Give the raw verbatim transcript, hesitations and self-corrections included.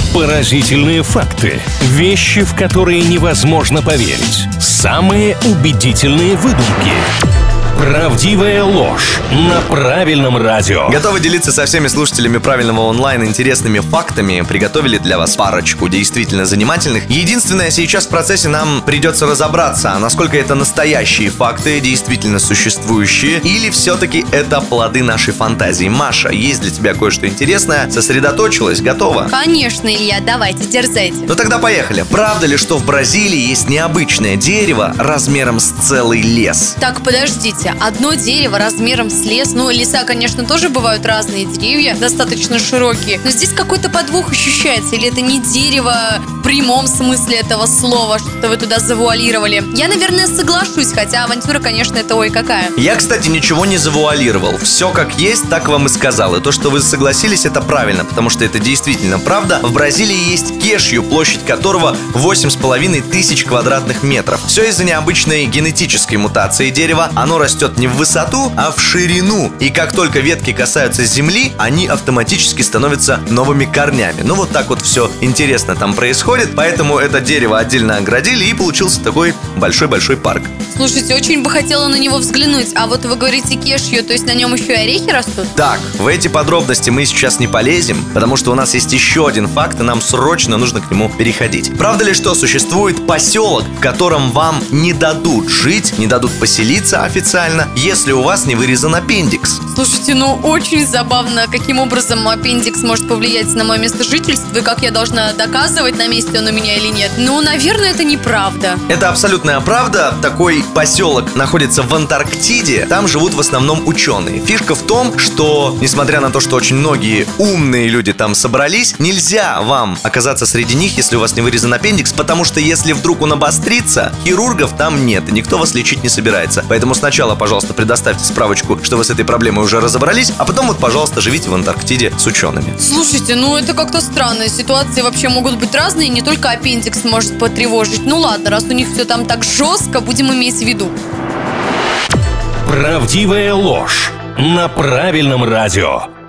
Поразительные факты. Вещи, в которые невозможно поверить. Самые убедительные выдумки. Правдивая ложь на правильном радио. Готовы делиться со всеми слушателями правильного онлайн интересными фактами? Приготовили для вас парочку действительно занимательных. Единственное, сейчас в процессе нам придется разобраться, насколько это настоящие факты, действительно существующие, или все-таки это плоды нашей фантазии. Маша, есть для тебя кое-что интересное? Сосредоточилась? Готова? Конечно, Илья, давайте, дерзайте. Ну тогда поехали. Правда ли, что в Бразилии есть необычное дерево размером с целый лес? Так, подождите. Одно дерево размером с лес. Ну, леса, конечно, тоже бывают разные деревья, достаточно широкие. Но здесь какой-то подвох ощущается. Или это не дерево в прямом смысле этого слова, что вы туда завуалировали. Я, наверное, соглашусь, хотя авантюра, конечно, это ой какая. Я, кстати, ничего не завуалировал. Все как есть, так вам и сказал. И то, что вы согласились, это правильно, потому что это действительно правда. В Бразилии есть кешью, площадь которого восемь с половиной тысяч квадратных метров. Все из-за необычной генетической мутации дерева. Оно растет не в высоту, а в ширину. И как только ветки касаются земли, они автоматически становятся новыми корнями. Ну вот так вот все интересно там происходит. Поэтому это дерево отдельно оградили, и получился такой большой-большой парк. Слушайте, очень бы хотела на него взглянуть. А вот вы говорите кешью, то есть на нем еще и орехи растут? Так, в эти подробности мы сейчас не полезем, потому что у нас есть еще один факт, и нам срочно нужно к нему переходить. Правда ли, что существует поселок, в котором вам не дадут жить, не дадут поселиться официально, если у вас не вырезан аппендикс? Слушайте, ну очень забавно, каким образом аппендикс может повлиять на мое место жительства, и как я должна доказывать, на месте он у меня или нет. Ну, наверное, это неправда. Это абсолютная правда. Такой поселок находится в Антарктиде. Там живут в основном ученые. Фишка в том, что, несмотря на то, что очень многие умные люди там собрались, нельзя вам оказаться среди них, если у вас не вырезан аппендикс, потому что если вдруг он обострится, хирургов там нет, и никто вас лечить не собирается. Поэтому сначала, пожалуйста, предоставьте справочку, что вы с этой проблемой уже разобрались, а потом вот, пожалуйста, живите в Антарктиде с учеными. Слушайте, ну это как-то странно. Ситуации вообще могут быть разные, не только аппендикс может потревожить. Ну ладно, раз у них все там так жестко, будем иметь в виду. Правдивая ложь на правильном радио.